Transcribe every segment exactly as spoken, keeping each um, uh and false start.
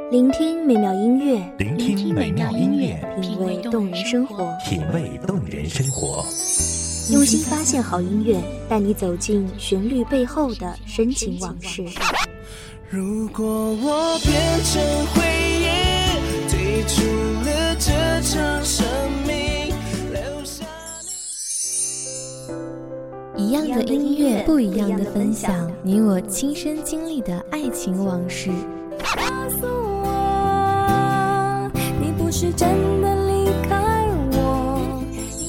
聆听美妙音乐， 聆听美妙音乐， 品味动人生活， 品味动人生活。 用心发现好音乐，带你走进旋律背后的深情往事。 如果我变成回忆，退出了这场生命，留下一样的音乐，不一样的分享，你我亲身经历的爱情往事。 告诉我，你不是真的离开我。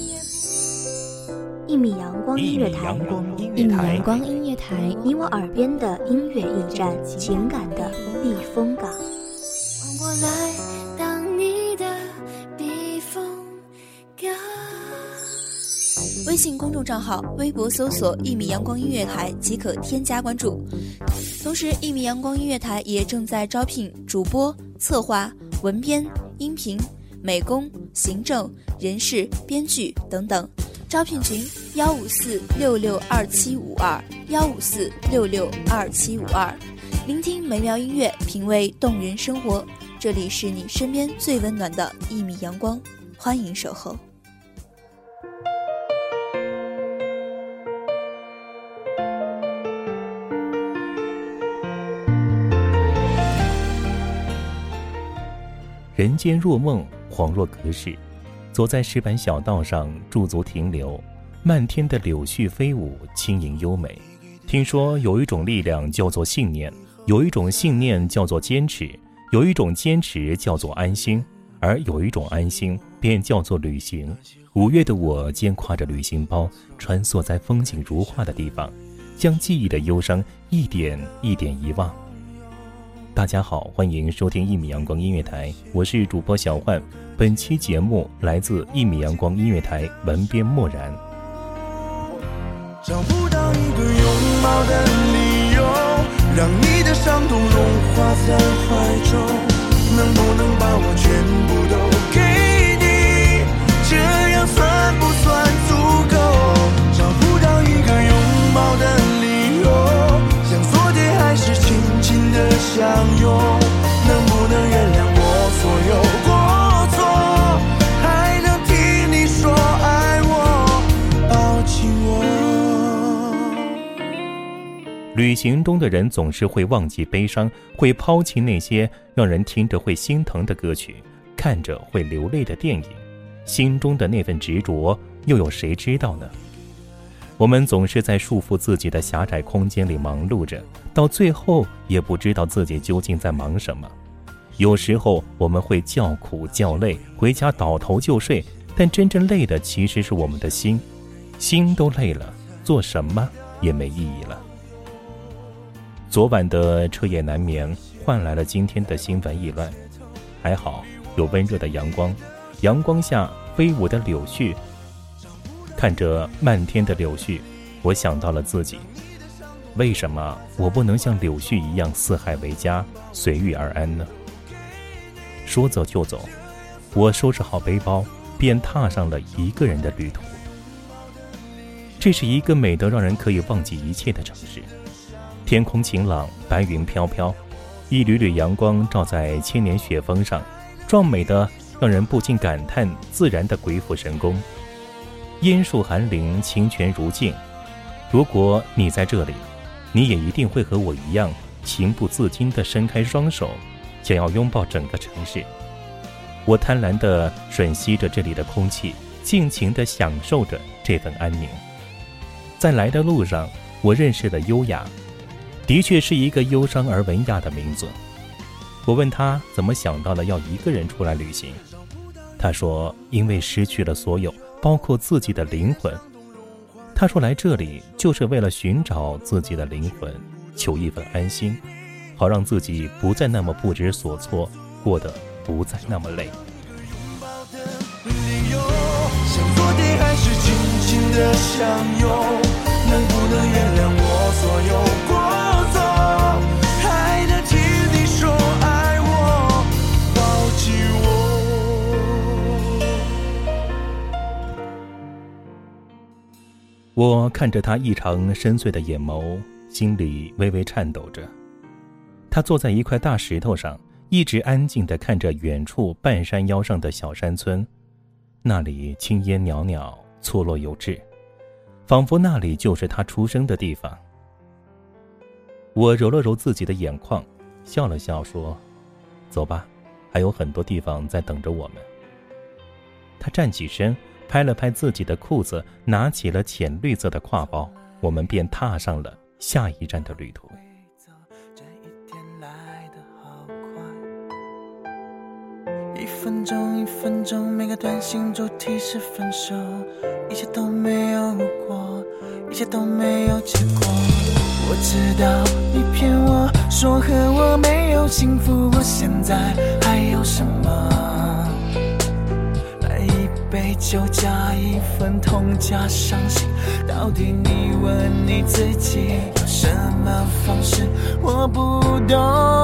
一米阳光音乐台， 一米阳光音乐台， 你我耳边的音乐驿站，情感的避风港。 换我来当你的避风港。 微信公众账号、微博搜索“一米阳光音乐台”即可添加关注。同时，一米阳光音乐台也正在招聘主播、策划、文编、音频、美工、行政、人事、编剧等等。招聘群：幺五四六六二七五二幺五四六六二七五二。聆听美妙音乐，品味动人生活。这里是你身边最温暖的一米阳光，欢迎守候。 人间若梦，恍若隔世。走在石板小道上，驻足停留，漫天的柳絮飞舞，轻盈优美。听说有一种力量叫做信念，有一种信念叫做坚持，有一种坚持叫做安心，而有一种安心便叫做旅行。五月的我肩挎着旅行包，穿梭在风景如画的地方，将记忆的忧伤一点一点遗忘。大家好，欢迎收听一米阳光音乐台，我是主播小焕。本期节目来自一米阳光音乐台，文编漠然。 找不到一个拥抱的理由，让你的伤痛融化在怀中，能不能把我全部都给你，这样算不算足够？找不到一个拥抱的理由，像昨天还是轻轻的相拥，能不能原谅我所有过错，还能听你说爱我，抱紧我。 旅行中的人总是会忘记悲伤，会抛弃那些让人听着会心疼的歌曲，看着会流泪的电影，心中的那份执着，又有谁知道呢？我们总是在束缚自己的狭窄空间里忙碌着，到最后也不知道自己究竟在忙什么。有时候我们会叫苦叫累，回家倒头就睡，但真正累的其实是我们的心，心都累了，做什么也没意义了。昨晚的彻夜难眠换来了今天的心烦意乱，还好有温热的阳光，阳光下飞舞的柳絮，看着漫天的柳絮，我想到了自己，为什么我不能像柳絮一样四海为家，随遇而安呢？说走就走，我收拾好背包，便踏上了一个人的旅途。这是一个美得让人可以忘记一切的城市，天空晴朗，白云飘飘，一缕缕阳光照在千年雪峰上，壮美的让人不禁感叹自然的鬼斧神工。烟树寒林，清泉如镜。如果你在这里，你也一定会和我一样，情不自禁地伸开双手，想要拥抱整个城市。我贪婪地吮吸着这里的空气，尽情地享受着这份安宁。在来的路上，我认识了优雅，的确是一个忧伤而文雅的名字。我问他怎么想到了要一个人出来旅行，他说因为失去了所有，包括自己的灵魂。他说来这里就是为了寻找自己的灵魂，求一份安心，好让自己不再那么不知所措，过得不再那么累。 像昨天还是轻轻的相拥，能不能原谅我所有过错，还能听你说爱我，抱紧我。我看着他异常深邃的眼眸，心里微微颤抖着。他坐在一块大石头上， 一直安静地看着远处半山腰上的小山村，那里青烟袅袅，错落有致，仿佛那里就是他出生的地方。我揉了揉自己的眼眶，笑了笑说，走吧，还有很多地方在等着我们。他站起身，拍了拍自己的裤子，拿起了浅绿色的挎包，我们便踏上了下一站的旅途。 一分钟一分钟，每个短信主题是分手，一切都没有如果，一切都没有结果。我知道你骗我说和我没有幸福，我现在还有什么？来一杯酒加一份痛加伤心，到底你问你自己有什么方式？我不懂。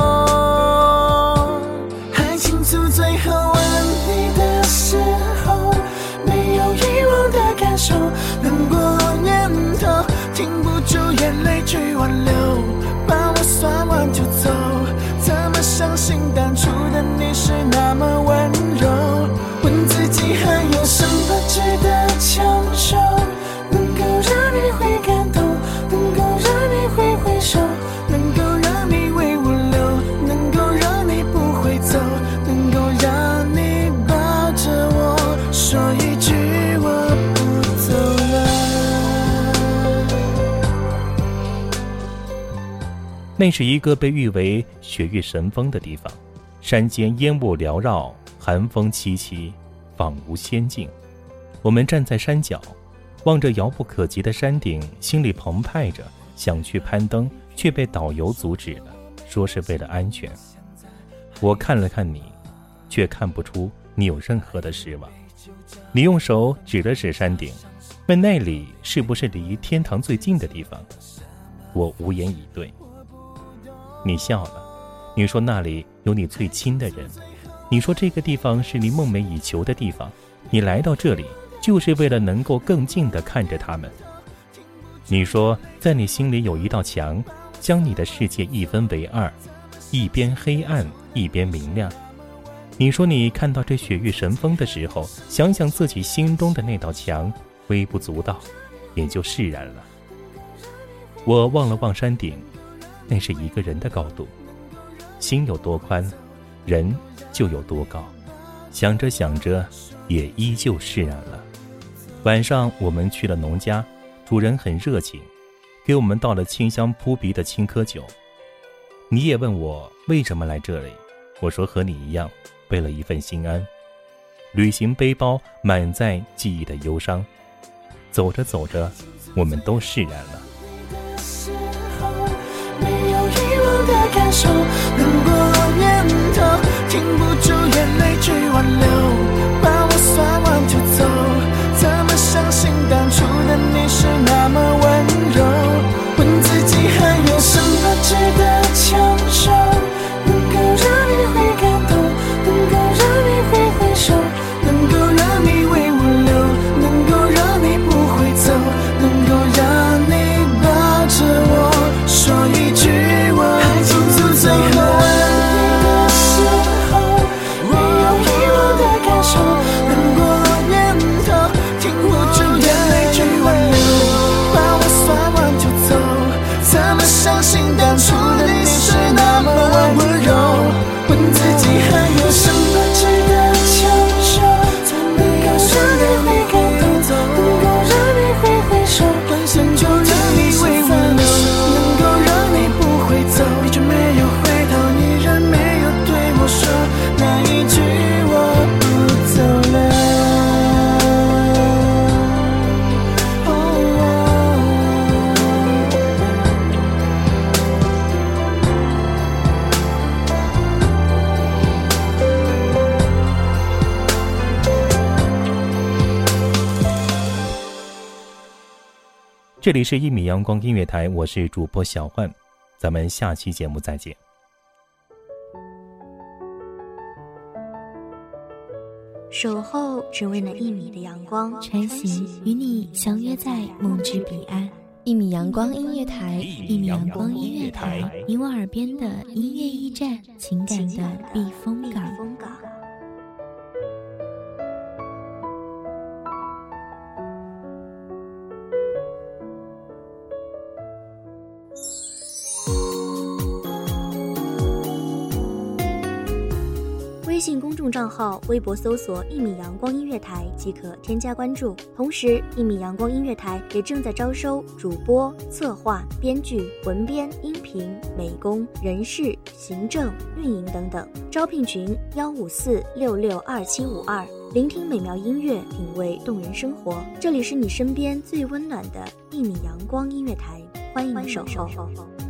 还清楚最后吻你的时候，没有遗忘的感受，难过念头停不住眼泪去挽留，把我算完就走，怎么相信当初的你是那么温柔？问自己还有什么值得强求，能够让你会感动，能够让你会回首，能够让你为我留，能够让你不会走，能够让你抱着我说一句我不走了。 那是一个被誉为雪域神峰的地方，山间烟雾缭绕，寒风凄凄，仿无仙境。我们站在山脚，望着遥不可及的山顶，心里澎湃着，想去攀登，却被导游阻止了，说是为了安全。我看了看你，却看不出你有任何的失望。你用手指了指山顶，问那里是不是离天堂最近的地方。我无言以对。你笑了，你说那里有你最亲的人，你说这个地方是你梦寐以求的地方，你来到这里就是为了能够更近地看着他们。你说在你心里有一道墙，将你的世界一分为二，一边黑暗，一边明亮。你说你看到这雪域神峰的时候，想想自己心中的那道墙，微不足道，也就释然了。我望了望山顶，那是一个人的高度，心有多宽，人就有多高。想着想着，也依旧释然了。晚上我们去了农家，主人很热情，给我们倒了清香扑鼻的青稞酒。你也问我为什么来这里，我说和你一样，为了一份心安。旅行背包满载记忆的忧伤，走着走着，我们都释然了。 的感受，难过念头停不住眼泪去挽留，把我算完就走，怎么相信当初的你是那么温柔？问自己还有什么值得强求，能够让你会感动，能够让你会回首，能够让你为我留，能够让你不会走，能够让你抱着我说一句我最后吻你的时候，没有遗忘的感受，难过念头停不住眼泪去挽留，把我算完就走，怎么相信当初的你是那么温柔？问自己还有什么值得强求，能够让你会感动，能够让你会回首，能够让你为我留，能够让你不会走，你却没有回头，你仍没有对我说那一句我不走了。 这里是一米阳光音乐台，我是主播小焕，咱们下期节目再见。 守候只为那一米的阳光， 晨曦与你相约在梦之彼岸。 一米阳光音乐台， 一米阳光音乐台， 你我耳边的音乐驿站，情感的避风港。 微信公众账号、微博搜索“一米阳光音乐台”即可添加关注。同时，一米阳光音乐台也正在招收主播、策划、编剧、文编、音频、美工、人事、行政、运营等等。招聘群：幺五四六六二七五二。聆听美妙音乐，品味动人生活。这里是你身边最温暖的一米阳光音乐台，欢迎守候。